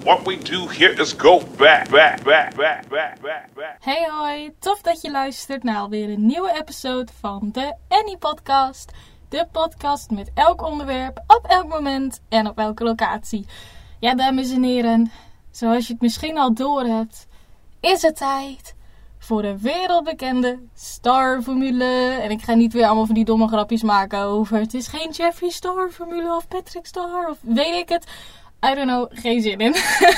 What we do here is go back. Hey hoi, tof dat je luistert naar alweer een nieuwe episode van de Annie Podcast. De podcast met elk onderwerp, op elk moment en op elke locatie. Ja, dames en heren, zoals je het misschien al door hebt, is het tijd voor de wereldbekende Star-formule. En ik ga niet weer allemaal van die domme grapjes maken over het is geen Jeffree Star-formule of Patrick Star of weet ik het. I don't know, geen zin in.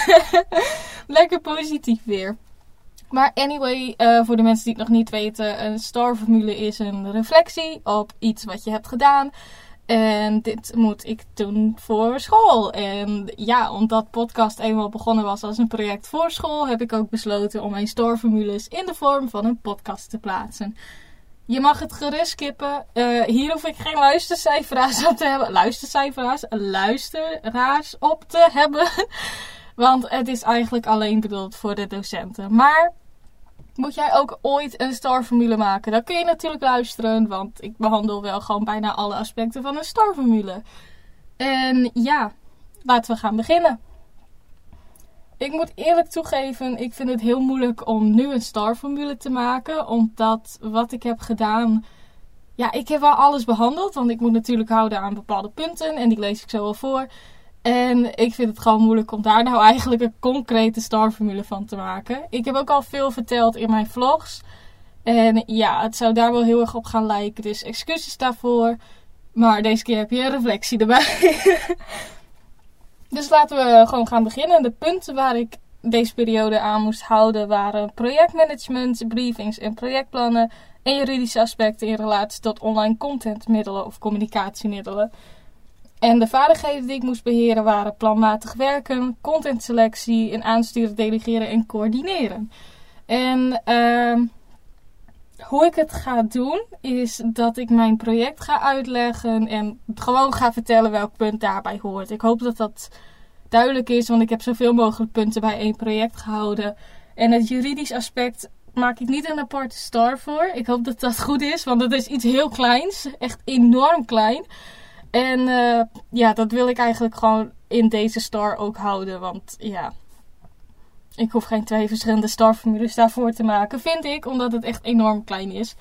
Lekker positief weer. Maar anyway, voor de mensen die het nog niet weten, een Star-formule is een reflectie op iets wat je hebt gedaan. En dit moet ik doen voor school. En ja, omdat podcast eenmaal begonnen was als een project voor school, heb ik ook besloten om mijn Star-formules in de vorm van een podcast te plaatsen. Je mag het gerust skippen. Hier hoef ik geen luistercijferaars op te hebben. Luisteraars op te hebben. Want het is eigenlijk alleen bedoeld voor de docenten. Maar moet jij ook ooit een Star-formule maken? Dan kun je natuurlijk luisteren. Want ik behandel wel gewoon bijna alle aspecten van een Star-formule. En ja, laten we gaan beginnen. Ik moet eerlijk toegeven, ik vind het heel moeilijk om nu een Star-formule te maken. Omdat wat ik heb gedaan... Ja, ik heb wel alles behandeld. Want ik moet natuurlijk houden aan bepaalde punten. En die lees ik zo wel voor. En ik vind het gewoon moeilijk om daar nou eigenlijk een concrete Star-formule van te maken. Ik heb ook al veel verteld in mijn vlogs. En ja, het zou daar wel heel erg op gaan lijken. Dus excuses daarvoor. Maar deze keer heb je een reflectie erbij. Dus laten we gewoon gaan beginnen. De punten waar ik deze periode aan moest houden waren projectmanagement, briefings en projectplannen en juridische aspecten in relatie tot online contentmiddelen of communicatiemiddelen. En de vaardigheden die ik moest beheren waren planmatig werken, contentselectie en aansturen, delegeren en coördineren. En hoe ik het ga doen is dat ik mijn project ga uitleggen en gewoon ga vertellen welk punt daarbij hoort. Ik hoop dat dat duidelijk is, want ik heb zoveel mogelijk punten bij één project gehouden. En het juridisch aspect maak ik niet een aparte star voor. Ik hoop dat dat goed is, want het is iets heel kleins. Echt enorm klein. En ja, dat wil ik eigenlijk gewoon in deze star ook houden, want ja... Ik hoef geen 2 verschillende Star-formules daarvoor te maken, vind ik, omdat het echt enorm klein is.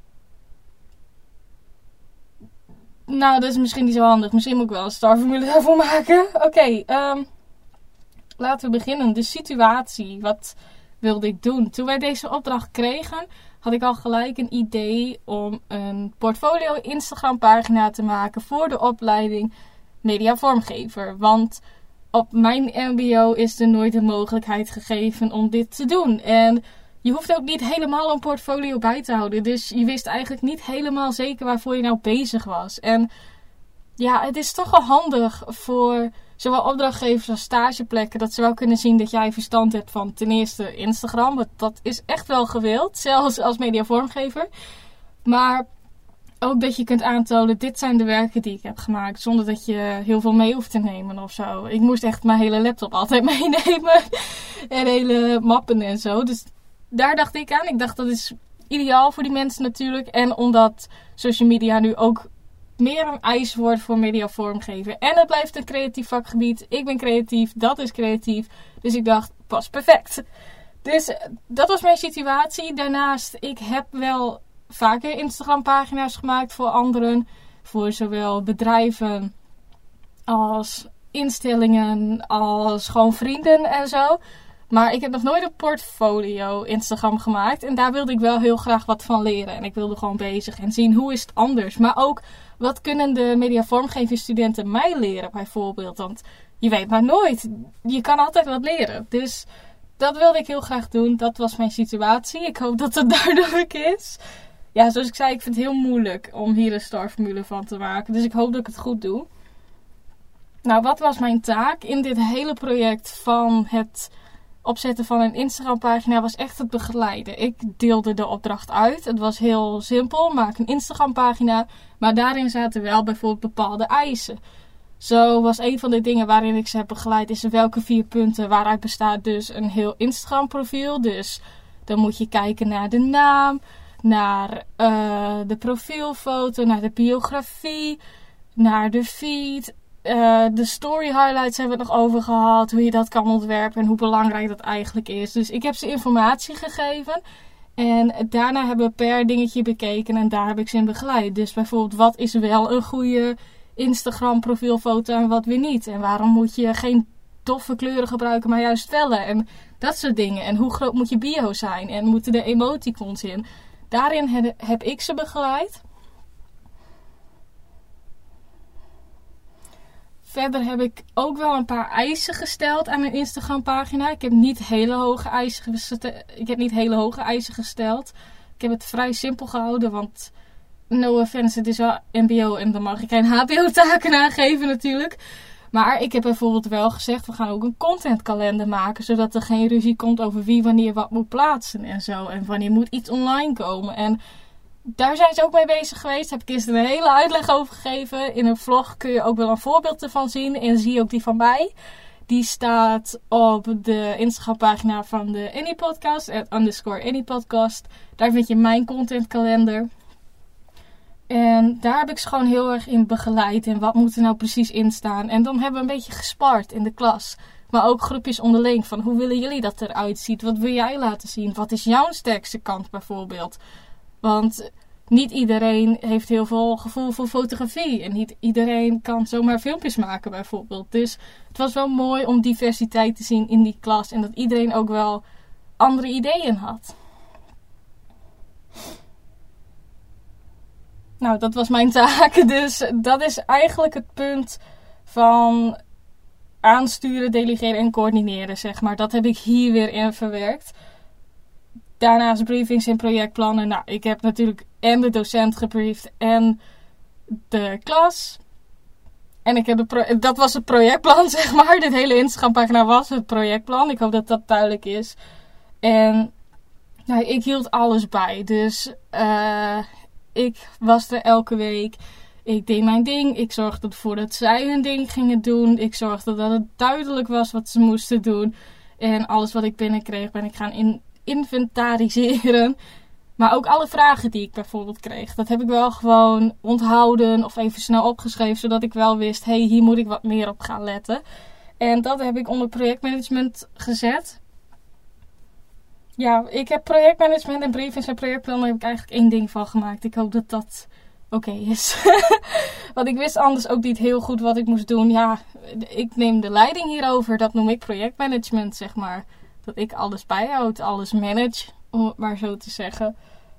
Nou, dat is misschien niet zo handig. Misschien moet ik wel een Star-formule daarvoor maken. Oké, laten we beginnen. De situatie. Wat wilde ik doen? Toen wij deze opdracht kregen, had ik al gelijk een idee om een portfolio Instagram pagina te maken voor de opleiding mediavormgever. Want op mijn mbo is er nooit de mogelijkheid gegeven om dit te doen. En je hoeft ook niet helemaal een portfolio bij te houden. Dus je wist eigenlijk niet helemaal zeker waarvoor je nou bezig was. En ja, het is toch wel handig voor zowel opdrachtgevers als stageplekken dat ze wel kunnen zien dat jij verstand hebt van ten eerste Instagram. Want dat is echt wel gewild, zelfs als mediavormgever. Maar ook dat je kunt aantonen, dit zijn de werken die ik heb gemaakt. Zonder dat je heel veel mee hoeft te nemen of zo. Ik moest echt mijn hele laptop altijd meenemen. En hele mappen en zo. Dus daar dacht ik aan. Ik dacht dat is ideaal voor die mensen natuurlijk. En omdat social media nu ook meer een eis wordt voor mediavormgever. En het blijft een creatief vakgebied. Ik ben creatief, dat is creatief. Dus ik dacht, pas perfect. Dus dat was mijn situatie. Daarnaast, ik heb wel vaker Instagram pagina's gemaakt voor anderen. Voor zowel bedrijven als instellingen als gewoon vrienden en zo. Maar ik heb nog nooit een portfolio Instagram gemaakt. En daar wilde ik wel heel graag wat van leren. En ik wilde gewoon bezig en zien hoe is het anders. Maar ook wat kunnen de mediavormgevingsstudenten mij leren bijvoorbeeld. Want je weet maar nooit. Je kan altijd wat leren. Dus dat wilde ik heel graag doen. Dat was mijn situatie. Ik hoop dat het duidelijk is. Ja, zoals ik zei, ik vind het heel moeilijk om hier een Star-formule van te maken. Dus ik hoop dat ik het goed doe. Nou, wat was mijn taak in dit hele project van het opzetten van een Instagram-pagina? Was echt het begeleiden. Ik deelde de opdracht uit. Het was heel simpel. Maak een Instagram-pagina. Maar daarin zaten wel bijvoorbeeld bepaalde eisen. Zo was een van de dingen waarin ik ze heb begeleid is welke 4 punten waaruit bestaat dus een heel Instagram-profiel. Dus dan moet je kijken naar de naam, naar de profielfoto, naar de biografie, naar de feed, De story highlights hebben we het nog over gehad. Hoe je dat kan ontwerpen en hoe belangrijk dat eigenlijk is. Dus ik heb ze informatie gegeven. En daarna hebben we per dingetje bekeken en daar heb ik ze in begeleid. Dus bijvoorbeeld, wat is wel een goede Instagram profielfoto en wat weer niet? En waarom moet je geen toffe kleuren gebruiken, maar juist felle? En dat soort dingen. En hoe groot moet je bio zijn? En moeten er emoticons in? Daarin heb ik ze begeleid. Verder heb ik ook wel een paar eisen gesteld aan mijn Instagram pagina. Ik heb niet hele hoge eisen gesteld. Ik heb het vrij simpel gehouden, want no offense, het is wel mbo en dan mag ik geen hbo taken aangeven natuurlijk. Maar ik heb bijvoorbeeld wel gezegd, we gaan ook een contentkalender maken, zodat er geen ruzie komt over wie wanneer wat moet plaatsen en zo. En wanneer moet iets online komen. En daar zijn ze ook mee bezig geweest. Daar heb ik eerst een hele uitleg over gegeven. In een vlog kun je ook wel een voorbeeld ervan zien. En zie je ook die van mij. Die staat op de Instagram pagina van de Annie Podcast. @_Annie Podcast. Daar vind je mijn contentkalender. En daar heb ik ze gewoon heel erg in begeleid. En wat moet er nou precies in staan. En dan hebben we een beetje gespart in de klas. Maar ook groepjes onderling. Van hoe willen jullie dat eruit ziet? Wat wil jij laten zien? Wat is jouw sterkste kant bijvoorbeeld? Want niet iedereen heeft heel veel gevoel voor fotografie. En niet iedereen kan zomaar filmpjes maken bijvoorbeeld. Dus het was wel mooi om diversiteit te zien in die klas. En dat iedereen ook wel andere ideeën had. Nou, dat was mijn taak. Dus dat is eigenlijk het punt van aansturen, delegeren en coördineren, zeg maar. Dat heb ik hier weer in verwerkt. Daarnaast briefings en projectplannen. Nou, ik heb natuurlijk en de docent gebriefd en de klas. En ik heb dat was het projectplan, zeg maar. Dit hele Instagram-pagina was het projectplan. Ik hoop dat dat duidelijk is. En nou, ik hield alles bij. Dus ik was er elke week. Ik deed mijn ding. Ik zorgde ervoor dat zij hun ding gingen doen. Ik zorgde dat het duidelijk was wat ze moesten doen. En alles wat ik binnenkreeg ben ik gaan inventariseren. Maar ook alle vragen die ik bijvoorbeeld kreeg. Dat heb ik wel gewoon onthouden of even snel opgeschreven. Zodat ik wel wist, hier moet ik wat meer op gaan letten. En dat heb ik onder projectmanagement gezet. Ja, ik heb projectmanagement en briefings en projectplannen heb ik eigenlijk 1 ding van gemaakt. Ik hoop dat dat oké is. Want ik wist anders ook niet heel goed wat ik moest doen. Ja, ik neem de leiding hierover. Dat noem ik projectmanagement, zeg maar. Dat ik alles bijhoud, alles manage, om het maar zo te zeggen.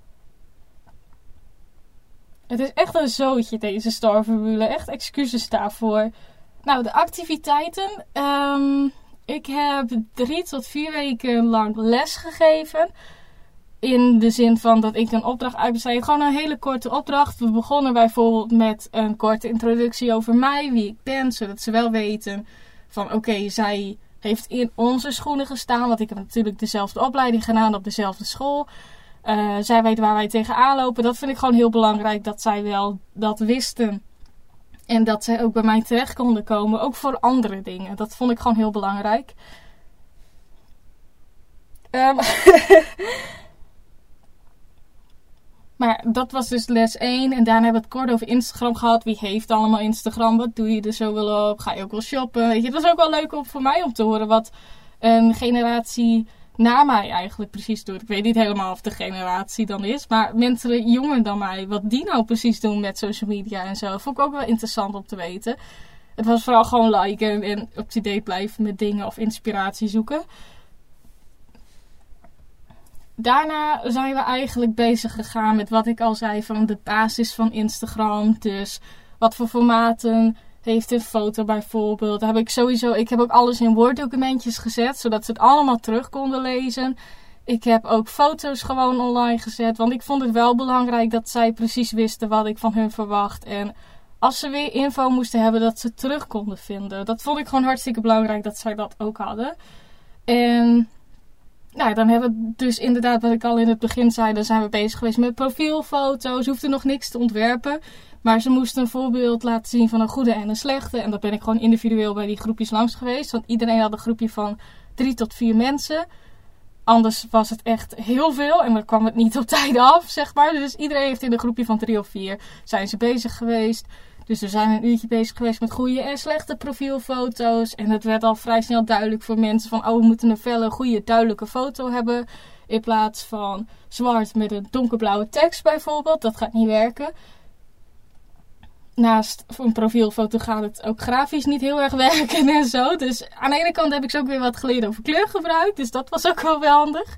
Het is echt een zootje, deze STAR-formule. Echt excuses daarvoor. Nou, de activiteiten. Ik heb 3 tot 4 weken lang les gegeven. In de zin van dat ik een opdracht uitbesteed. Gewoon een hele korte opdracht. We begonnen bijvoorbeeld met een korte introductie over mij, wie ik ben. Zodat ze wel weten van oké, zij heeft in onze schoenen gestaan. Want ik heb natuurlijk dezelfde opleiding gedaan op dezelfde school. Zij weet waar wij tegenaan lopen. Dat vind ik gewoon heel belangrijk. Dat zij wel dat wisten. En dat zij ook bij mij terecht konden komen. Ook voor andere dingen. Dat vond ik gewoon heel belangrijk. Maar dat was dus les 1. En daarna hebben we het kort over Instagram gehad. Wie heeft allemaal Instagram? Wat doe je er zo wel op? Ga je ook wel shoppen? Weet je, het was ook wel leuk voor mij om te horen wat een generatie na mij eigenlijk precies doet. Ik weet niet helemaal of de generatie dan is. Maar mensen jonger dan mij, wat die nou precies doen met social media en zo. Vond ik ook wel interessant om te weten. Het was vooral gewoon liken en up-to-date blijven met dingen of inspiratie zoeken. Daarna zijn we eigenlijk bezig gegaan met wat ik al zei van de basis van Instagram. Dus wat voor formaten heeft een foto bijvoorbeeld. Daar heb ik heb ook alles in Word documentjes gezet, zodat ze het allemaal terug konden lezen. Ik heb ook foto's gewoon online gezet, want ik vond het wel belangrijk dat zij precies wisten wat ik van hun verwacht. En als ze weer info moesten hebben, dat ze het terug konden vinden. Dat vond ik gewoon hartstikke belangrijk dat zij dat ook hadden. En nou, dan hebben we dus inderdaad, wat ik al in het begin zei, dan zijn we bezig geweest met profielfoto's. Ze hoefden nog niks te ontwerpen. Maar ze moesten een voorbeeld laten zien van een goede en een slechte. En dat ben ik gewoon individueel bij die groepjes langs geweest. Want iedereen had een groepje van 3 tot 4 mensen. Anders was het echt heel veel. En dan kwam het niet op tijd af, zeg maar. Dus iedereen heeft in een groepje van 3 of 4 zijn ze bezig geweest. Dus we zijn een uurtje bezig geweest met goede en slechte profielfoto's. En het werd al vrij snel duidelijk voor mensen van... we moeten een felle, goede, duidelijke foto hebben. In plaats van zwart met een donkerblauwe tekst bijvoorbeeld. Dat gaat niet werken. Naast voor een profielfoto gaat het ook grafisch niet heel erg werken en zo. Dus aan de ene kant heb ik zo ook weer wat geleerd over kleurgebruik. Dus dat was ook wel handig.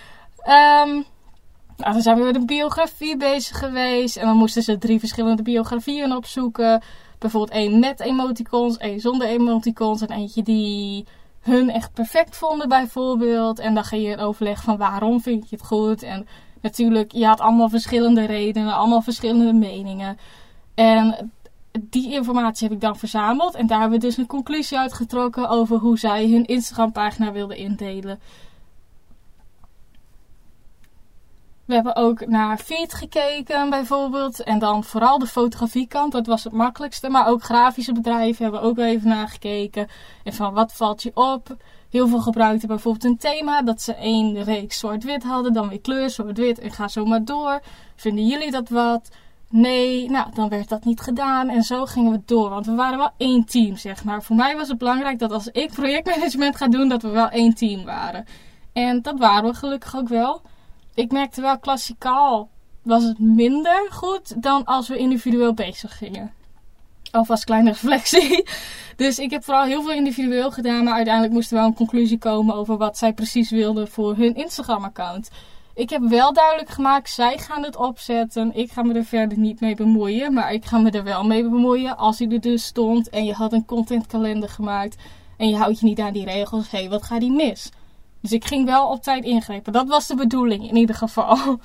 Dan zijn we met een biografie bezig geweest. En dan moesten ze 3 verschillende biografieën opzoeken. Bijvoorbeeld 1 met emoticons, 1 zonder emoticons. En eentje die hun echt perfect vonden bijvoorbeeld. En dan ging je in overleg van waarom vind je het goed. En natuurlijk, je had allemaal verschillende redenen, allemaal verschillende meningen. En die informatie heb ik dan verzameld. En daar hebben we dus een conclusie uitgetrokken over hoe zij hun Instagram-pagina wilden indelen. We hebben ook naar feed gekeken bijvoorbeeld. En dan vooral de fotografiekant. Dat was het makkelijkste. Maar ook grafische bedrijven hebben ook even naar gekeken. En van wat valt je op? Heel veel gebruikten bijvoorbeeld een thema. Dat ze 1 reeks zwart-wit hadden. Dan weer kleur zwart-wit. En ga zo maar door. Vinden jullie dat wat? Nee, dan werd dat niet gedaan. En zo gingen we door. Want we waren wel 1 team, zeg maar. Voor mij was het belangrijk dat als ik projectmanagement ga doen, dat we wel 1 team waren. En dat waren we gelukkig ook wel. Ik merkte wel, klassikaal was het minder goed dan als we individueel bezig gingen. Alvast kleine reflectie. Dus ik heb vooral heel veel individueel gedaan. Maar uiteindelijk moest er wel een conclusie komen over wat zij precies wilden voor hun Instagram-account. Ik heb wel duidelijk gemaakt, zij gaan het opzetten. Ik ga me er verder niet mee bemoeien. Maar ik ga me er wel mee bemoeien als hij er dus stond. En je had een contentkalender gemaakt. En je houdt je niet aan die regels. Hé, wat gaat die mis? Dus ik ging wel op tijd ingrijpen. Dat was de bedoeling in ieder geval.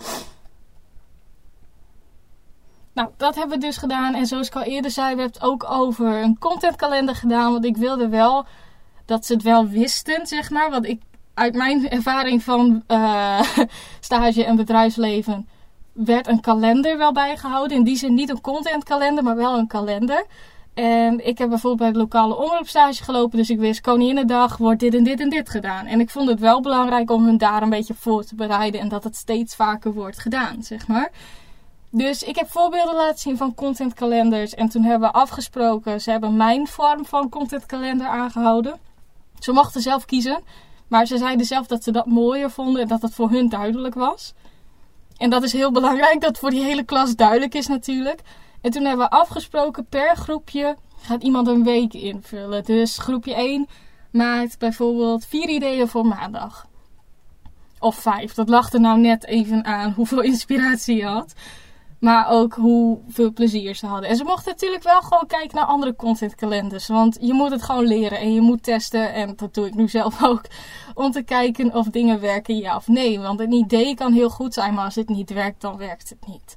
Nou, dat hebben we dus gedaan. En zoals ik al eerder zei, we hebben het ook over een contentkalender gedaan. Want ik wilde wel dat ze het wel wisten, zeg maar. Want ik, uit mijn ervaring van stage en bedrijfsleven, werd een kalender wel bijgehouden. In die zin niet een contentkalender, maar wel een kalender. En ik heb bijvoorbeeld bij de lokale omroepstage gelopen. Dus ik wist, Koninginnedag wordt dit en dit en dit gedaan. En ik vond het wel belangrijk om hun daar een beetje voor te bereiden. En dat het steeds vaker wordt gedaan, zeg maar. Dus ik heb voorbeelden laten zien van contentkalenders. En toen hebben we afgesproken, ze hebben mijn vorm van contentkalender aangehouden. Ze mochten zelf kiezen. Maar ze zeiden zelf dat ze dat mooier vonden en dat het voor hun duidelijk was. En dat is heel belangrijk, dat voor die hele klas duidelijk is natuurlijk. En toen hebben we afgesproken, per groepje gaat iemand een week invullen. Dus groepje 1 maakt bijvoorbeeld 4 ideeën voor maandag. Of 5. Dat lag er nou net even aan hoeveel inspiratie je had. Maar ook hoeveel plezier ze hadden. En ze mochten natuurlijk wel gewoon kijken naar andere contentkalenders. Want je moet het gewoon leren en je moet testen. En dat doe ik nu zelf ook. Om te kijken of dingen werken, ja of nee. Want een idee kan heel goed zijn, maar als het niet werkt, dan werkt het niet.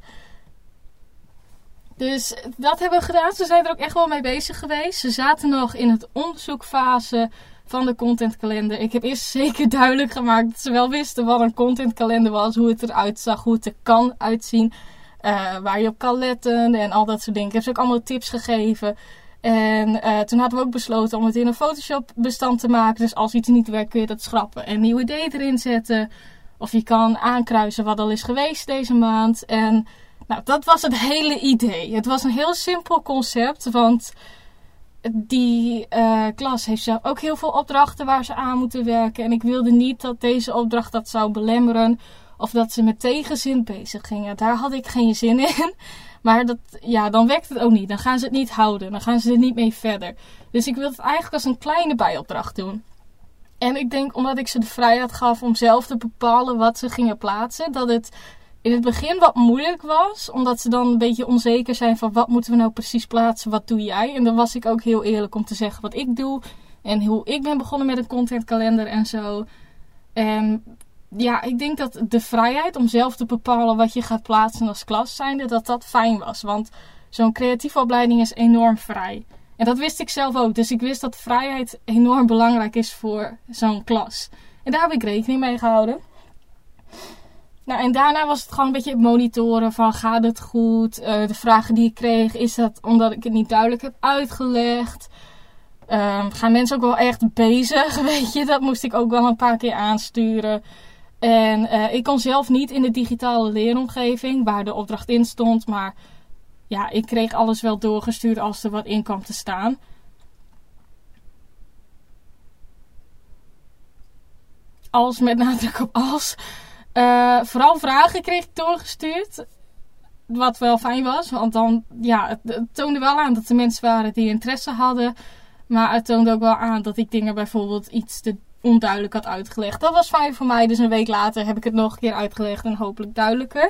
Dus dat hebben we gedaan. Ze zijn er ook echt wel mee bezig geweest. Ze zaten nog in het onderzoekfase van de contentkalender. Ik heb eerst zeker duidelijk gemaakt dat ze wel wisten wat een contentkalender was. Hoe het eruit zag, hoe het er kan uitzien. Waar je op kan letten en al dat soort dingen. Ik heb ze ook allemaal tips gegeven. En toen hadden we ook besloten om het in een Photoshop bestand te maken. Dus als iets niet werkt kun je dat schrappen en een nieuw idee erin zetten. Of je kan aankruisen wat al is geweest deze maand. En nou, dat was het hele idee. Het was een heel simpel concept. Want die klas heeft zelf ook heel veel opdrachten waar ze aan moeten werken. En ik wilde niet dat deze opdracht dat zou belemmeren. Of dat ze met tegenzin bezig gingen. Daar had ik geen zin in. Maar dan werkt het ook niet. Dan gaan ze het niet houden. Dan gaan ze er niet mee verder. Dus ik wilde het eigenlijk als een kleine bijopdracht doen. En ik denk, omdat ik ze de vrijheid gaf om zelf te bepalen wat ze gingen plaatsen, dat het in het begin wat moeilijk was. Omdat ze dan een beetje onzeker zijn van wat moeten we nou precies plaatsen, wat doe jij? En dan was ik ook heel eerlijk om te zeggen wat ik doe. En hoe ik ben begonnen met een contentkalender en zo. En ja, ik denk dat de vrijheid om zelf te bepalen wat je gaat plaatsen als klas zijnde, dat fijn was. Want zo'n creatieve opleiding is enorm vrij. En dat wist ik zelf ook. Dus ik wist dat vrijheid enorm belangrijk is voor zo'n klas. En daar heb ik rekening mee gehouden. Nou, en daarna was het gewoon een beetje het monitoren van gaat het goed? De vragen die ik kreeg, is dat omdat ik het niet duidelijk heb uitgelegd? Gaan mensen ook wel echt bezig, weet je? Dat moest ik ook wel een paar keer aansturen. En ik kon zelf niet in de digitale leeromgeving waar de opdracht in stond, maar ja, ik kreeg alles wel doorgestuurd als er wat in kwam te staan. Als met nadruk op als. Vooral vragen kreeg ik doorgestuurd. Wat wel fijn was. Want dan, ja, het toonde wel aan dat er mensen waren die interesse hadden. Maar het toonde ook wel aan dat ik dingen bijvoorbeeld iets te onduidelijk had uitgelegd. Dat was fijn voor mij. Dus een week later heb ik het nog een keer uitgelegd en hopelijk duidelijker.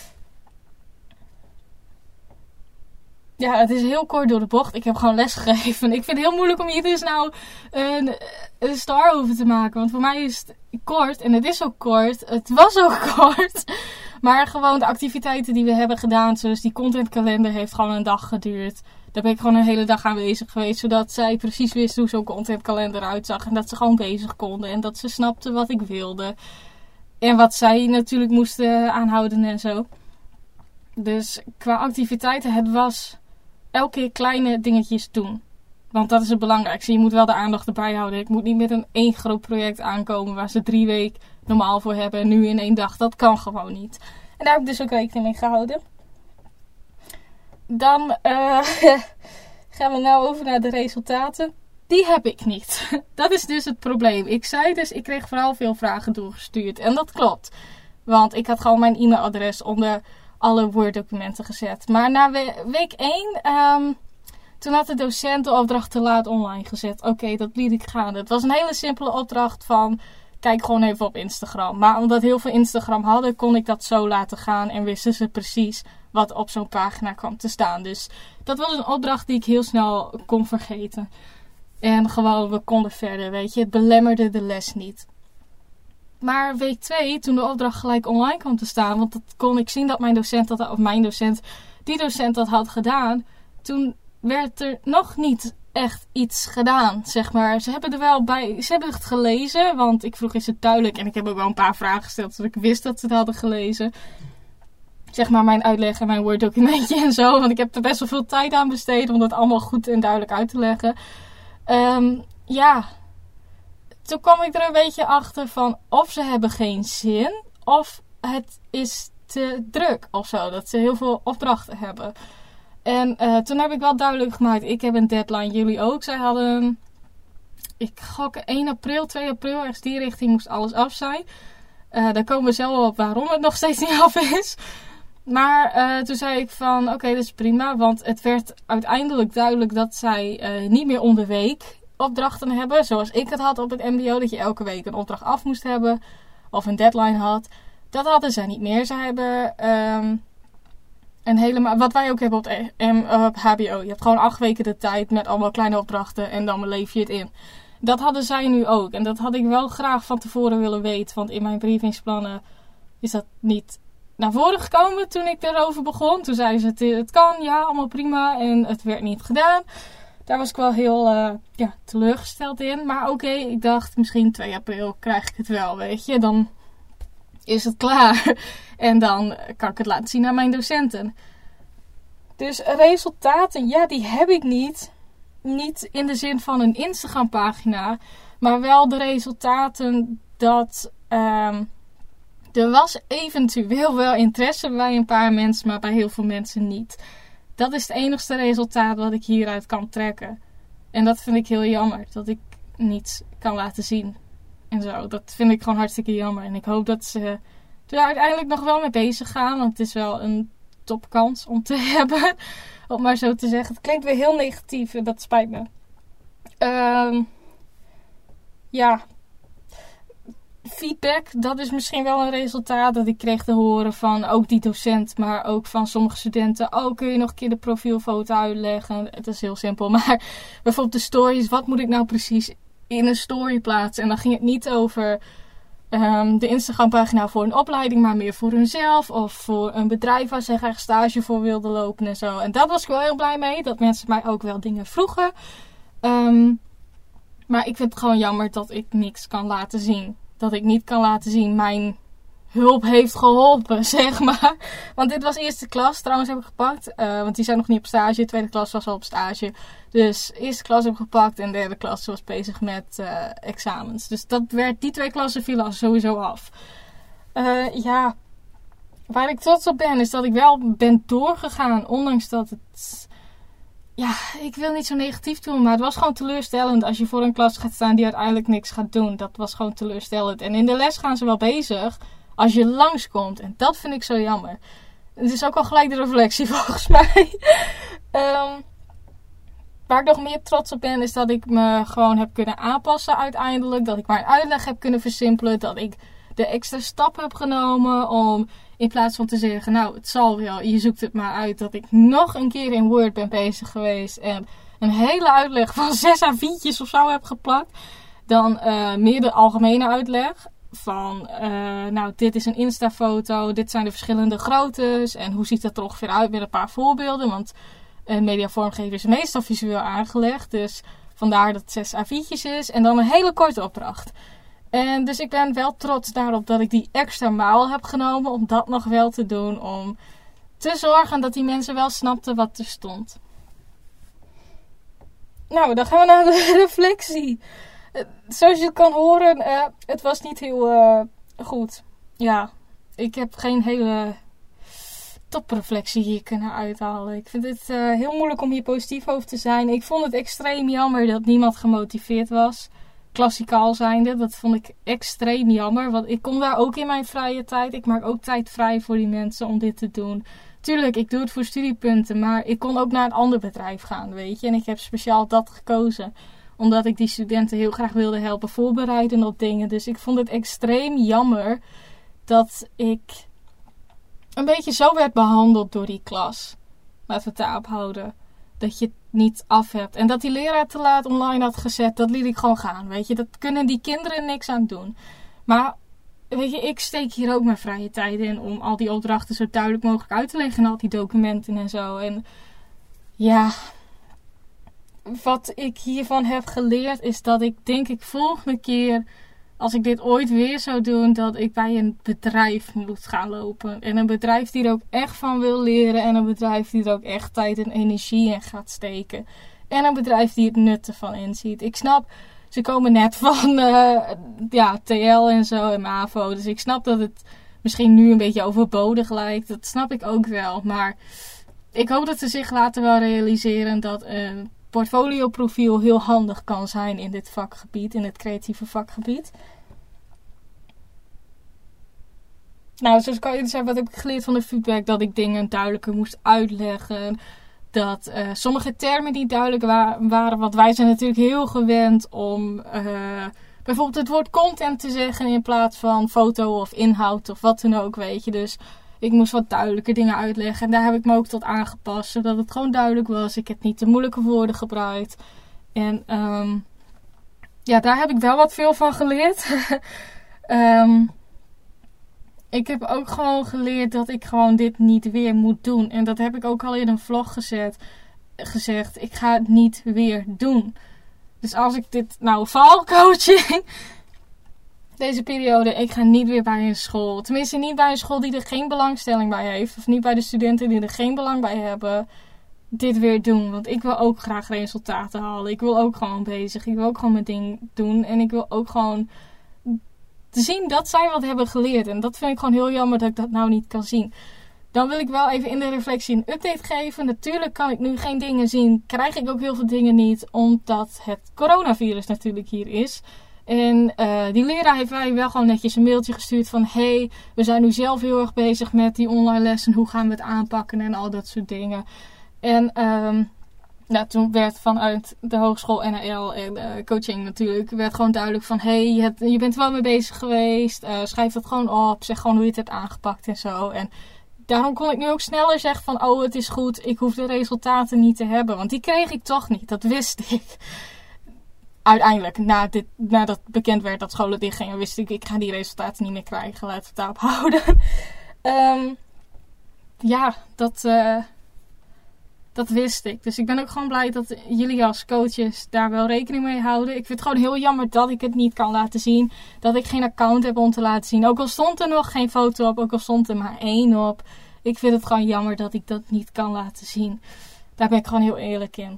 Ja, het is heel kort door de bocht. Ik heb gewoon les gegeven. Ik vind het heel moeilijk om hier dus nou een star over te maken. Want voor mij is het kort. En het is ook kort. Het was ook kort. Maar gewoon de activiteiten die we hebben gedaan. Zoals die contentkalender heeft gewoon een dag geduurd. Daar ben ik gewoon een hele dag aanwezig geweest. Zodat zij precies wisten hoe zo'n contentkalender eruit zag. En dat ze gewoon bezig konden. En dat ze snapten wat ik wilde. En wat zij natuurlijk moesten aanhouden en zo. Dus qua activiteiten, het was elke keer kleine dingetjes doen. Want dat is het belangrijkste. Je moet wel de aandacht erbij houden. Ik moet niet met een één groot project aankomen waar ze 3 weken normaal voor hebben. En nu in 1 dag. Dat kan gewoon niet. En daar heb ik dus ook rekening mee gehouden. Dan gaan we nou over naar de resultaten. Die heb ik niet. Dat is dus het probleem. Ik zei dus, ik kreeg vooral veel vragen doorgestuurd. En dat klopt. Want ik had gewoon mijn e-mailadres onder alle Word-documenten gezet. Maar na week 1, toen had de docent de opdracht te laat online gezet. Oké, dat liet ik gaan. Het was een hele simpele opdracht van, kijk gewoon even op Instagram. Maar omdat heel veel Instagram hadden, kon ik dat zo laten gaan. En wisten ze precies wat op zo'n pagina kwam te staan. Dus dat was een opdracht die ik heel snel kon vergeten. En gewoon, we konden verder, weet je. Het belemmerde de les niet. Maar week 2, toen de opdracht gelijk online kwam te staan, want dat kon ik zien dat die docent dat had gedaan, toen werd er nog niet echt iets gedaan, zeg maar. Ze hebben het gelezen, want ik vroeg is het duidelijk en ik heb ook wel een paar vragen gesteld, zodat ik wist dat ze het hadden gelezen. Zeg maar mijn uitleg en mijn Word documentje en zo, want ik heb er best wel veel tijd aan besteed om dat allemaal goed en duidelijk uit te leggen. Toen kwam ik er een beetje achter van of ze hebben geen zin of het is te druk of zo. Dat ze heel veel opdrachten hebben. En toen heb ik wel duidelijk gemaakt, ik heb een deadline, jullie ook. Zij hadden, ik gok 1 april, 2 april, ergens die richting moest alles af zijn. Daar komen we zelf op waarom het nog steeds niet af is. Maar toen zei ik van oké, dat is prima. Want het werd uiteindelijk duidelijk dat zij niet meer om de week opdrachten hebben. Zoals ik het had op het mbo. Dat je elke week een opdracht af moest hebben. Of een deadline had. Dat hadden zij niet meer. Ze hebben een hele wat wij ook hebben op hbo. Je hebt gewoon 8 weken de tijd met allemaal kleine opdrachten. En dan leef je het in. Dat hadden zij nu ook. En dat had ik wel graag van tevoren willen weten. Want in mijn briefingsplannen is dat niet naar voren gekomen toen ik erover begon. Toen zeiden ze het kan, ja, allemaal prima. En het werd niet gedaan. Daar was ik wel heel teleurgesteld in. Maar oké, ik dacht misschien 2 april krijg ik het wel, weet je. Dan is het klaar. En dan kan ik het laten zien aan mijn docenten. Dus resultaten, ja, die heb ik niet. Niet in de zin van een Instagram pagina. Maar wel de resultaten dat er was eventueel wel interesse bij een paar mensen, maar bij heel veel mensen niet. Dat is het enigste resultaat wat ik hieruit kan trekken. En dat vind ik heel jammer, dat ik niets kan laten zien. En zo, dat vind ik gewoon hartstikke jammer. En ik hoop dat ze er uiteindelijk nog wel mee bezig gaan, want het is wel een topkans om te hebben. Om maar zo te zeggen. Het klinkt weer heel negatief en dat spijt me. Feedback, dat is misschien wel een resultaat dat ik kreeg te horen van ook die docent, maar ook van sommige studenten. Oh, kun je nog een keer de profielfoto uitleggen? Het is heel simpel, maar bijvoorbeeld de stories, wat moet ik nou precies in een story plaatsen? En dan ging het niet over de Instagram pagina voor een opleiding, maar meer voor hunzelf of voor een bedrijf waar ze graag stage voor wilden lopen en zo. En daar was ik wel heel blij mee, dat mensen mij ook wel dingen vroegen. Maar ik vind het gewoon jammer dat ik niks kan laten zien. Dat ik niet kan laten zien, mijn hulp heeft geholpen, zeg maar. Want dit was eerste klas, trouwens heb ik gepakt. Want die zijn nog niet op stage. Tweede klas was al op stage. Dus eerste klas heb ik gepakt en derde klas was bezig met examens. Dus die 2 klassen vielen al sowieso af. waar ik trots op ben, is dat ik wel ben doorgegaan. Ondanks dat het... Ja, ik wil niet zo negatief doen, maar het was gewoon teleurstellend als je voor een klas gaat staan die uiteindelijk niks gaat doen. Dat was gewoon teleurstellend. En in de les gaan ze wel bezig als je langskomt. En dat vind ik zo jammer. Het is ook al gelijk de reflectie volgens mij. Waar ik nog meer trots op ben, is dat ik me gewoon heb kunnen aanpassen uiteindelijk. Dat ik mijn uitleg heb kunnen versimpelen. Dat ik de extra stap heb genomen om, in plaats van te zeggen, nou het zal wel, je zoekt het maar uit. Dat ik nog een keer in Word ben bezig geweest. En een hele uitleg van 6 A4'tjes of zo heb geplakt. Dan meer de algemene uitleg. Van, nou dit is een Insta-foto. Dit zijn de verschillende groottes. En hoe ziet dat er ongeveer uit met een paar voorbeelden. Want mediavormgever is meestal visueel aangelegd. Dus vandaar dat het 6 A4'tjes is. En dan een hele korte opdracht. En dus ik ben wel trots daarop dat ik die extra maal heb genomen. Om dat nog wel te doen. Om te zorgen dat die mensen wel snapten wat er stond. Nou, dan gaan we naar de reflectie. Zoals je kan horen, het was niet heel goed. Ja, ik heb geen hele topreflectie hier kunnen uithalen. Ik vind het heel moeilijk om hier positief over te zijn. Ik vond het extreem jammer dat niemand gemotiveerd was. Klassikaal zijnde, dat vond ik extreem jammer. Want ik kom daar ook in mijn vrije tijd. Ik maak ook tijd vrij voor die mensen om dit te doen. Tuurlijk, ik doe het voor studiepunten, maar ik kon ook naar een ander bedrijf gaan, weet je. En ik heb speciaal dat gekozen. Omdat ik die studenten heel graag wilde helpen voorbereiden op dingen. Dus ik vond het extreem jammer dat ik een beetje zo werd behandeld door die klas. Laten we het daarop houden. Dat je het niet af hebt. En dat die leraar te laat online had gezet, dat liet ik gewoon gaan. Weet je, dat kunnen die kinderen niks aan doen. Maar weet je, ik steek hier ook mijn vrije tijd in om al die opdrachten zo duidelijk mogelijk uit te leggen. En al die documenten en zo. En ja, wat ik hiervan heb geleerd is dat ik denk ik volgende keer, als ik dit ooit weer zou doen, dat ik bij een bedrijf moet gaan lopen. En een bedrijf die er ook echt van wil leren. En een bedrijf die er ook echt tijd en energie in gaat steken. En een bedrijf die het nut ervan inziet. Ik snap, ze komen net van TL en zo en MAVO. Dus ik snap dat het misschien nu een beetje overbodig lijkt. Dat snap ik ook wel. Maar ik hoop dat ze zich later wel realiseren dat een portfolioprofiel heel handig kan zijn in dit vakgebied, in het creatieve vakgebied. Nou, zoals ik al eerder zei, wat heb ik geleerd van de feedback? Dat ik dingen duidelijker moest uitleggen. Dat sommige termen niet duidelijk waren. Want wij zijn natuurlijk heel gewend om bijvoorbeeld het woord content te zeggen in plaats van foto of inhoud of wat dan ook, weet je. Dus ik moest wat duidelijker dingen uitleggen. En daar heb ik me ook tot aangepast, zodat het gewoon duidelijk was. Ik heb niet te moeilijke woorden gebruikt. En daar heb ik wel wat veel van geleerd. Ik heb ook gewoon geleerd dat ik gewoon dit niet weer moet doen. En dat heb ik ook al in een vlog gezegd. Ik ga het niet weer doen. Dus als ik dit valcoaching, deze periode, ik ga niet weer bij een school. Tenminste niet bij een school die er geen belangstelling bij heeft. Of niet bij de studenten die er geen belang bij hebben. Dit weer doen. Want ik wil ook graag resultaten halen. Ik wil ook gewoon bezig. Ik wil ook gewoon mijn ding doen. En ik wil ook gewoon te zien dat zij wat hebben geleerd. En dat vind ik gewoon heel jammer dat ik dat nou niet kan zien. Dan wil ik wel even in de reflectie een update geven. Natuurlijk kan ik nu geen dingen zien. Krijg ik ook heel veel dingen niet. Omdat het coronavirus natuurlijk hier is. En die leraar heeft mij wel gewoon netjes een mailtje gestuurd van, hey, we zijn nu zelf heel erg bezig met die online lessen. Hoe gaan we het aanpakken en al dat soort dingen. En toen werd vanuit de hogeschool NAL en coaching natuurlijk, werd gewoon duidelijk van, hey, je bent er wel mee bezig geweest. Schrijf dat gewoon op. Zeg gewoon hoe je het hebt aangepakt en zo. En daarom kon ik nu ook sneller zeggen van, oh, het is goed. Ik hoef de resultaten niet te hebben. Want die kreeg ik toch niet. Dat wist ik. Uiteindelijk, nadat bekend werd dat scholen dichtgingen, wist ik ga die resultaten niet meer krijgen. Laten we het daarop houden. Dat wist ik. Dus ik ben ook gewoon blij dat jullie als coaches daar wel rekening mee houden. Ik vind het gewoon heel jammer dat ik het niet kan laten zien. Dat ik geen account heb om te laten zien. Ook al stond er nog geen foto op, ook al stond er maar 1 op. Ik vind het gewoon jammer dat ik dat niet kan laten zien. Daar ben ik gewoon heel eerlijk in.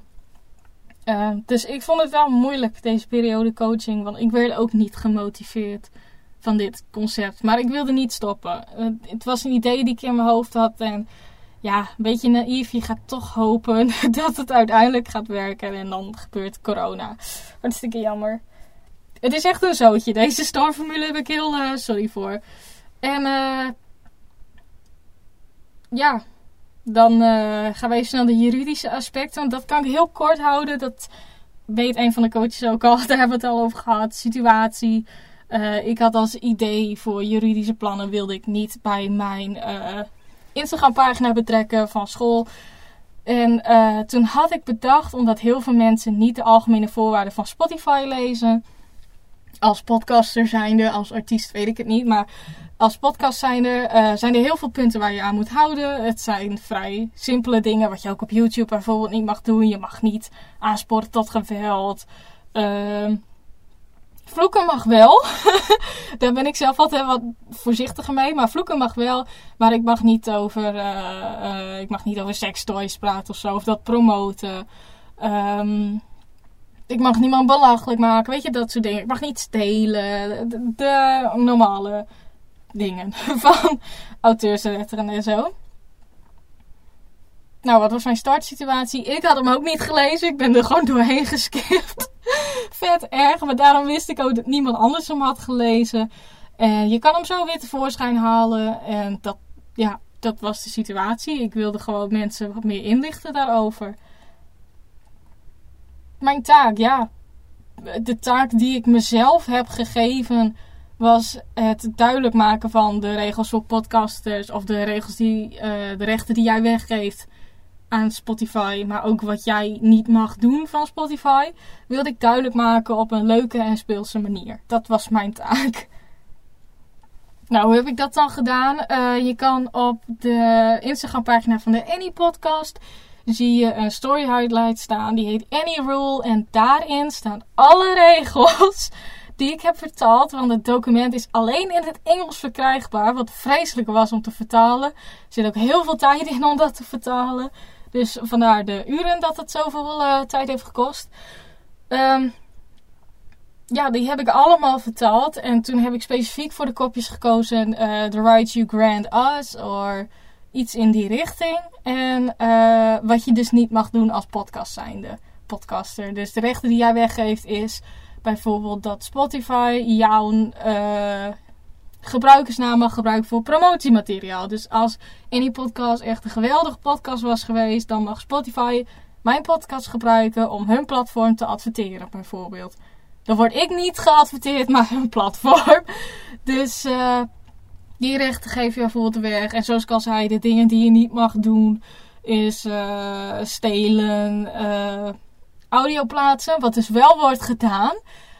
Dus ik vond het wel moeilijk, deze periode coaching. Want ik werd ook niet gemotiveerd. van dit concept. Maar ik wilde niet stoppen. Het was een idee die ik in mijn hoofd had. En ja, een beetje naïef. Je gaat toch hopen dat het uiteindelijk gaat werken. En dan gebeurt corona. Hartstikke jammer. Het is echt een zootje. Deze startformule heb ik heel sorry voor. En ja, dan gaan we even naar de juridische aspecten. Want dat kan ik heel kort houden. Dat weet een van de coaches ook al. Daar hebben we het al over gehad. Situatie. Ik had als idee voor juridische plannen wilde ik niet bij mijn Instagram pagina betrekken van school. En toen had ik bedacht, omdat heel veel mensen niet de algemene voorwaarden van Spotify lezen. Als podcaster zijnde, als artiest weet ik het niet. Maar als podcast zijnde zijn er heel veel punten waar je aan moet houden. Het zijn vrij simpele dingen wat je ook op YouTube bijvoorbeeld niet mag doen. Je mag niet aansporen tot geweld. Vloeken mag wel. Daar ben ik zelf altijd wat voorzichtiger mee. Maar vloeken mag wel. Maar ik mag niet over sextoys praten of zo. Of dat promoten. Ik mag niemand belachelijk maken. Weet je, dat soort dingen. Ik mag niet stelen. De normale dingen van auteursrechten en zo. Nou, wat was mijn startsituatie? Ik had hem ook niet gelezen. Ik ben er gewoon doorheen geskipt. Vet erg. Maar daarom wist ik ook dat niemand anders hem had gelezen. En je kan hem zo weer tevoorschijn halen. En dat was de situatie. Ik wilde gewoon mensen wat meer inlichten daarover. Mijn taak, ja. De taak die ik mezelf heb gegeven was het duidelijk maken van de regels voor podcasters. Of de regels de rechten die jij weggeeft aan Spotify. Maar ook wat jij niet mag doen van Spotify. Wilde ik duidelijk maken op een leuke en speelse manier. Dat was mijn taak. Nou, hoe heb ik dat dan gedaan? Je kan op de Instagram pagina van de Annie podcast zie je een story highlight staan. Die heet Annie Rule. En daarin staan alle regels die ik heb vertaald. Want het document is alleen in het Engels verkrijgbaar. Wat vreselijk was om te vertalen. Er zit ook heel veel tijd in om dat te vertalen. Dus vandaar de uren dat het zoveel tijd heeft gekost. Ja, die heb ik allemaal vertaald. En toen heb ik specifiek voor de kopjes gekozen. The rights you grant us. Of iets in die richting. En wat je dus niet mag doen als podcaster. Dus de rechten die jij weggeeft is bijvoorbeeld dat Spotify jouw gebruikersnaam mag gebruiken voor promotiemateriaal. Dus als Annie podcast echt een geweldige podcast was geweest, dan mag Spotify mijn podcast gebruiken om hun platform te adverteren bijvoorbeeld. Dan word ik niet geadverteerd, maar hun platform. Dus die rechten geef je bijvoorbeeld weg. En zoals ik al zei, de dingen die je niet mag doen is stelen, audio plaatsen, wat dus wel wordt gedaan.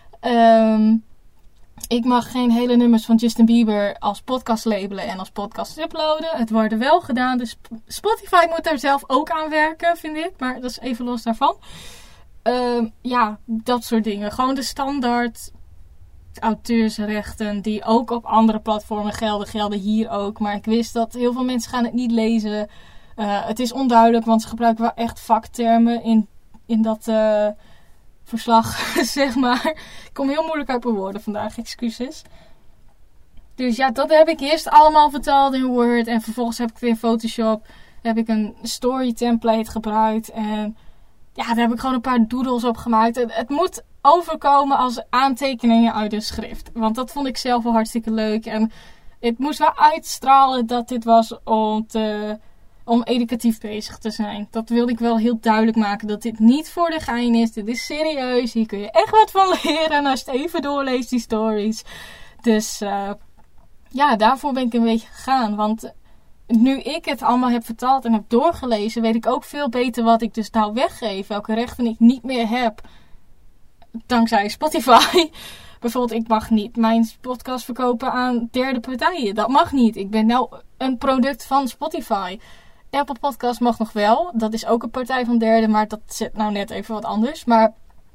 Ik mag geen hele nummers van Justin Bieber als podcast labelen en als podcast uploaden. Het wordt wel gedaan, dus Spotify moet daar zelf ook aan werken, vind ik. Maar dat is even los daarvan. Ja, dat soort dingen. Gewoon de standaard auteursrechten die ook op andere platformen gelden hier ook. Maar ik wist dat heel veel mensen gaan het niet lezen. Het is onduidelijk, want ze gebruiken wel echt vaktermen in dat verslag, zeg maar. Ik kom heel moeilijk uit mijn woorden vandaag, excuses. Dus ja, dat heb ik eerst allemaal vertaald in Word. En vervolgens heb ik weer in Photoshop heb ik een story template gebruikt. En ja, daar heb ik gewoon een paar doodles op gemaakt. Het moet overkomen als aantekeningen uit een schrift. Want dat vond ik zelf wel hartstikke leuk. En het moest wel uitstralen dat dit was om educatief bezig te zijn. Dat wilde ik wel heel duidelijk maken. Dat dit niet voor de gein is. Dit is serieus. Hier kun je echt wat van leren als je het even doorleest, die stories. Dus ja, daarvoor ben ik een beetje gegaan. Want nu ik het allemaal heb vertaald en heb doorgelezen, weet ik ook veel beter wat ik dus nou weggeef. Welke rechten ik niet meer heb. Dankzij Spotify. Bijvoorbeeld, ik mag niet mijn podcast verkopen aan derde partijen. Dat mag niet. Ik ben nou een product van Spotify. Apple Podcast mag nog wel. Dat is ook een partij van derde, maar dat zit nou net even wat anders. Maar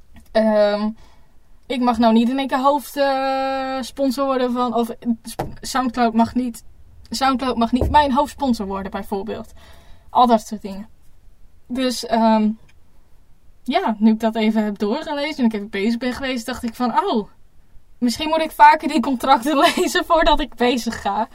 ik mag nou niet in één keer hoofdsponsor worden van... Of Soundcloud mag niet mijn hoofdsponsor worden, bijvoorbeeld. Al dat soort dingen. Dus ja, nu ik dat even heb doorgelezen en ik even bezig ben geweest, dacht ik van... Oh, Misschien moet ik vaker die contracten lezen voordat ik bezig ga.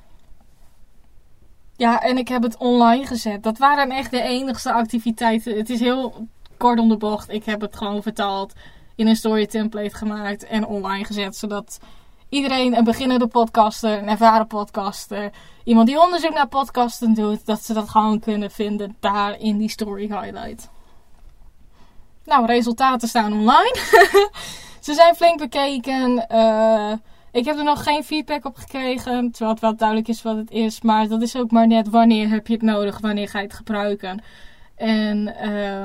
Ja, en ik heb het online gezet. Dat waren echt de enigste activiteiten. Het is heel kort om de bocht. Ik heb het gewoon vertaald, in een story template gemaakt en online gezet. Zodat iedereen, een beginnende podcaster, een ervaren podcaster, iemand die onderzoek naar podcasten doet, dat ze dat gewoon kunnen vinden daar in die story highlight. Nou, resultaten staan online. Ze zijn flink bekeken. Ik heb er nog geen feedback op gekregen. Terwijl het wel duidelijk is wat het is. Maar dat is ook maar net wanneer heb je het nodig. Wanneer ga je het gebruiken. En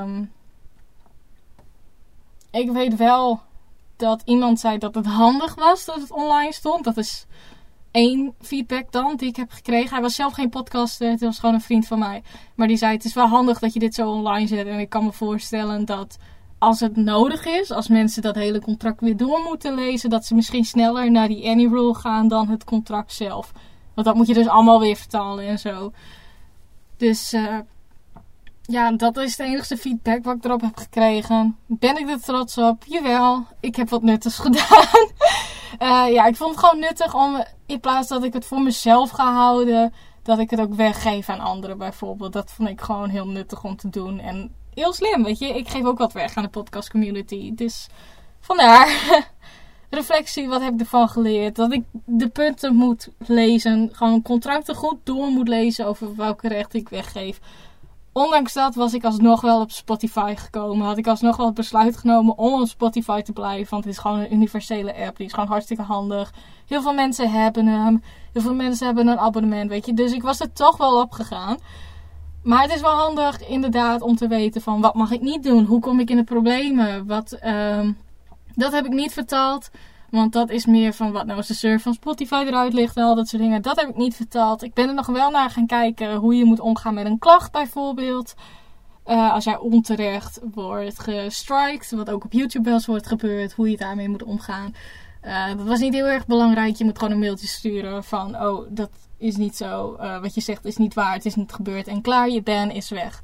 ik weet wel dat iemand zei dat het handig was dat het online stond. Dat is 1 feedback dan die ik heb gekregen. Hij was zelf geen podcaster. Het was gewoon een vriend van mij. Maar die zei het is wel handig dat je dit zo online zet. En ik kan me voorstellen dat als het nodig is, als mensen dat hele contract weer door moeten lezen, dat ze misschien sneller naar die any rule gaan dan het contract zelf. Want dat moet je dus allemaal weer vertalen en zo. Dus ja, dat is de enige feedback wat ik erop heb gekregen. Ben ik er trots op? Jawel, ik heb wat nuttigs gedaan. Ja, ik vond het gewoon nuttig om, in plaats dat ik het voor mezelf ga houden, dat ik het ook weggeef aan anderen bijvoorbeeld. Dat vond ik gewoon heel nuttig om te doen. En heel slim, weet je. Ik geef ook wat weg aan de podcast community. Dus vandaar. Reflectie, wat heb ik ervan geleerd? Dat ik de punten moet lezen. Gewoon contracten goed door moet lezen over welke rechten ik weggeef. Ondanks dat was ik alsnog wel op Spotify gekomen. Had ik alsnog wel het besluit genomen om op Spotify te blijven. Want het is gewoon een universele app. Die is gewoon hartstikke handig. Heel veel mensen hebben hem. Heel veel mensen hebben een abonnement, weet je. Dus ik was er toch wel op gegaan. Maar het is wel handig inderdaad om te weten van wat mag ik niet doen? Hoe kom ik in de problemen? Dat heb ik niet vertaald. Want dat is meer van wat nou als de server van Spotify eruit ligt en al dat soort dingen. Dat heb ik niet vertaald. Ik ben er nog wel naar gaan kijken hoe je moet omgaan met een klacht bijvoorbeeld. Als jij onterecht wordt gestrikt, wat ook op YouTube wel eens wordt gebeurd, hoe je daarmee moet omgaan. Dat was niet heel erg belangrijk. Je moet gewoon een mailtje sturen van oh, dat is niet zo. Wat je zegt is niet waar. Het is niet gebeurd. En klaar, je ban is weg.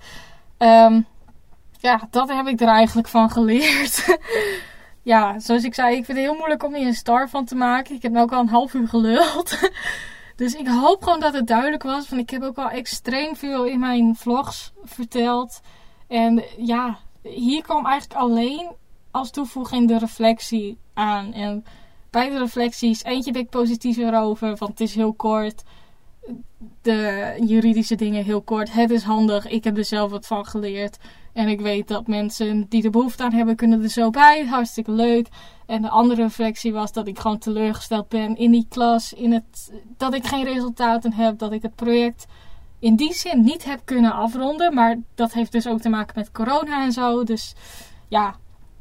Ja, dat heb ik er eigenlijk van geleerd. Ja, zoals ik zei, ik vind het heel moeilijk om hier een star van te maken. Ik heb nu ook al een half uur geluld. Dus ik hoop gewoon dat het duidelijk was. Want ik heb ook al extreem veel in mijn vlogs verteld. En ja, hier kwam eigenlijk alleen als toevoeging de reflectie aan. En bij de reflecties, eentje ben ik positief erover, want het is heel kort. De juridische dingen heel kort. Het is handig. Ik heb er zelf wat van geleerd. En ik weet dat mensen die er behoefte aan hebben, kunnen er zo bij. Hartstikke leuk. En de andere reflectie was dat ik gewoon teleurgesteld ben in die klas. Dat ik geen resultaten heb. Dat ik het project in die zin niet heb kunnen afronden. Maar dat heeft dus ook te maken met corona en zo. Dus ja,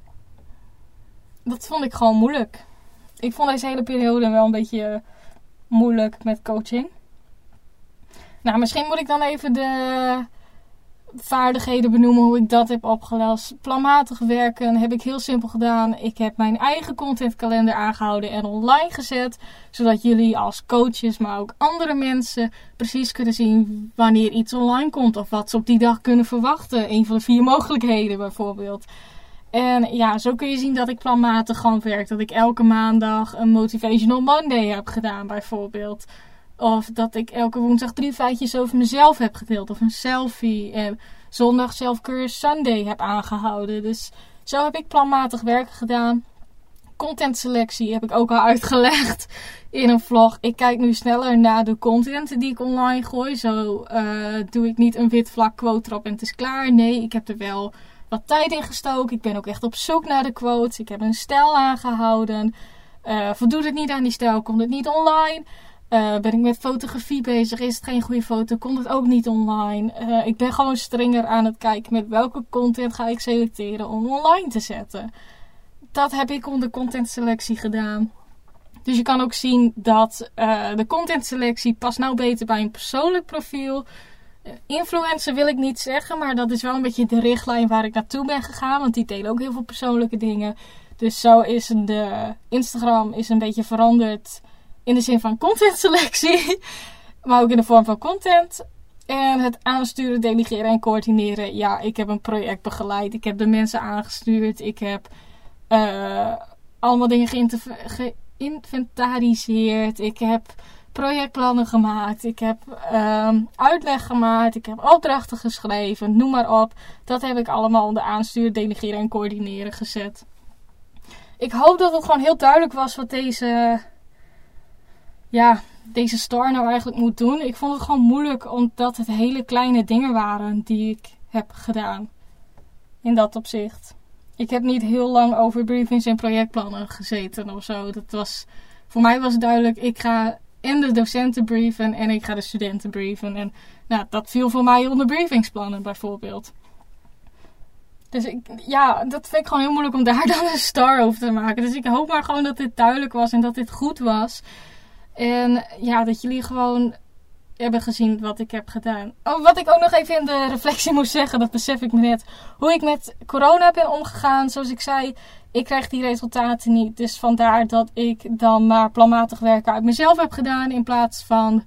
dat vond ik gewoon moeilijk. Ik vond deze hele periode wel een beetje moeilijk met coaching. Nou, misschien moet ik dan even de vaardigheden benoemen hoe ik dat heb opgelost. Planmatig werken heb ik heel simpel gedaan. Ik heb mijn eigen contentkalender aangehouden en online gezet. Zodat jullie als coaches, maar ook andere mensen precies kunnen zien wanneer iets online komt. Of wat ze op die dag kunnen verwachten. Een van de 4 mogelijkheden bijvoorbeeld. En ja, zo kun je zien dat ik planmatig gewoon werk. Dat ik elke maandag een Motivational Monday heb gedaan bijvoorbeeld. Of dat ik elke woensdag 3 feitjes over mezelf heb gedeeld. Of een selfie. En zondag Self-Care Sunday heb aangehouden. Dus zo heb ik planmatig werken gedaan. Contentselectie heb ik ook al uitgelegd in een vlog. Ik kijk nu sneller naar de content die ik online gooi. Zo doe ik niet een wit vlak quote erop en het is klaar. Nee, ik heb er wel wat tijd in gestoken. Ik ben ook echt op zoek naar de quotes. Ik heb een stijl aangehouden. Voldoet het niet aan die stijl, komt het niet online. Ben ik met fotografie bezig? Is het geen goede foto? Komt het ook niet online? Ik ben gewoon strenger aan het kijken met welke content ga ik selecteren om online te zetten. Dat heb ik onder contentselectie gedaan. Dus je kan ook zien dat de contentselectie past nou beter bij een persoonlijk profiel. Influencer wil ik niet zeggen, maar dat is wel een beetje de richtlijn waar ik naartoe ben gegaan. Want die delen ook heel veel persoonlijke dingen. Dus zo is de Instagram is een beetje veranderd in de zin van contentselectie. Maar ook in de vorm van content. En het aansturen, delegeren en coördineren. Ja, ik heb een project begeleid. Ik heb de mensen aangestuurd. Ik heb allemaal dingen geïnventariseerd. Ik heb projectplannen gemaakt. Ik heb uitleg gemaakt. Ik heb opdrachten geschreven. Noem maar op. Dat heb ik allemaal onder aansturen, delegeren en coördineren gezet. Ik hoop dat het gewoon heel duidelijk was wat deze star nou eigenlijk moet doen. Ik vond het gewoon moeilijk omdat het hele kleine dingen waren die ik heb gedaan. In dat opzicht. Ik heb niet heel lang over briefings en projectplannen gezeten of zo. Voor mij was het duidelijk, ik ga en de docenten brieven en ik ga de studenten brieven. En dat viel voor mij onder briefingsplannen bijvoorbeeld. Dus dat vind ik gewoon heel moeilijk om daar dan een star over te maken. Dus ik hoop maar gewoon dat dit duidelijk was en dat dit goed was. En dat jullie gewoon hebben gezien wat ik heb gedaan. Oh, wat ik ook nog even in de reflectie moest zeggen, dat besef ik me net. Hoe ik met corona ben omgegaan. Zoals ik zei, ik krijg die resultaten niet. Dus vandaar dat ik dan maar planmatig werken uit mezelf heb gedaan. In plaats van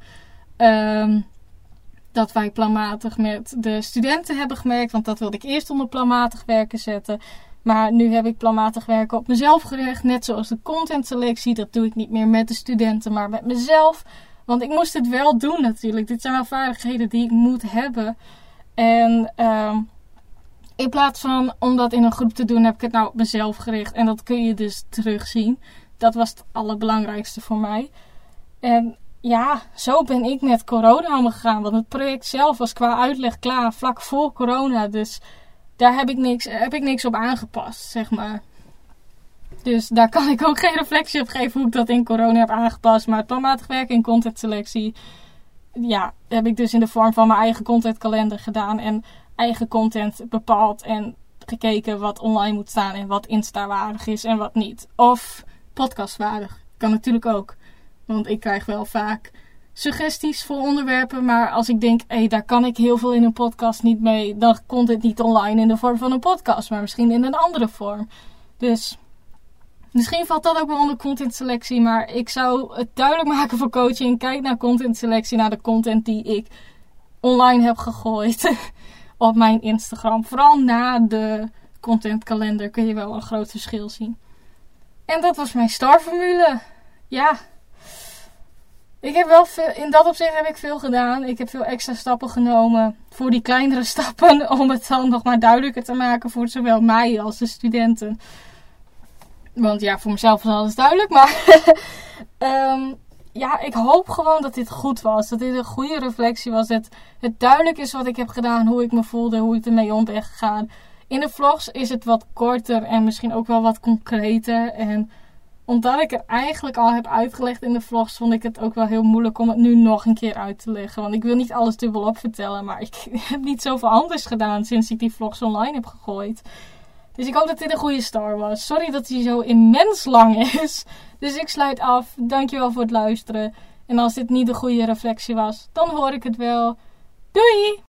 dat wij planmatig met de studenten hebben gewerkt. Want dat wilde ik eerst onder planmatig werken zetten. Maar nu heb ik planmatig werken op mezelf gericht. Net zoals de contentselectie. Dat doe ik niet meer met de studenten, maar met mezelf. Want ik moest het wel doen natuurlijk. Dit zijn wel vaardigheden die ik moet hebben. En in plaats van om dat in een groep te doen, heb ik het nou op mezelf gericht. En dat kun je dus terugzien. Dat was het allerbelangrijkste voor mij. En zo ben ik met corona omgegaan. Want het project zelf was qua uitleg klaar vlak voor corona. Dus daar heb ik niks op aangepast, zeg maar. Dus daar kan ik ook geen reflectie op geven hoe ik dat in corona heb aangepast. Maar het planmatig werken in contentselectie, heb ik dus in de vorm van mijn eigen contentkalender gedaan. En eigen content bepaald en gekeken wat online moet staan en wat Insta-waardig is en wat niet. Of podcastwaardig. Kan natuurlijk ook. Want ik krijg wel vaak suggesties voor onderwerpen. Maar als ik denk, daar kan ik heel veel in een podcast niet mee. Dan komt het niet online in de vorm van een podcast. Maar misschien in een andere vorm. Dus misschien valt dat ook wel onder contentselectie. Maar ik zou het duidelijk maken voor coaching. Kijk naar contentselectie. Naar de content die ik online heb gegooid. Op mijn Instagram. Vooral na de contentkalender kun je wel een groot verschil zien. En dat was mijn starformule. Ja. Ik heb wel veel, in dat opzicht heb ik veel gedaan. Ik heb veel extra stappen genomen voor die kleinere stappen. Om het dan nog maar duidelijker te maken voor zowel mij als de studenten. Want voor mezelf was alles duidelijk. Maar ik hoop gewoon dat dit goed was. Dat dit een goede reflectie was. Dat het duidelijk is wat ik heb gedaan. Hoe ik me voelde. Hoe ik ermee om ben gegaan. In de vlogs is het wat korter. En misschien ook wel wat concreter. En omdat ik het eigenlijk al heb uitgelegd in de vlogs, vond ik het ook wel heel moeilijk om het nu nog een keer uit te leggen. Want ik wil niet alles dubbelop vertellen. Maar ik heb niet zoveel anders gedaan sinds ik die vlogs online heb gegooid. Dus ik hoop dat dit een goede star was. Sorry dat hij zo immens lang is. Dus ik sluit af. Dankjewel voor het luisteren. En als dit niet de goede reflectie was, dan hoor ik het wel. Doei!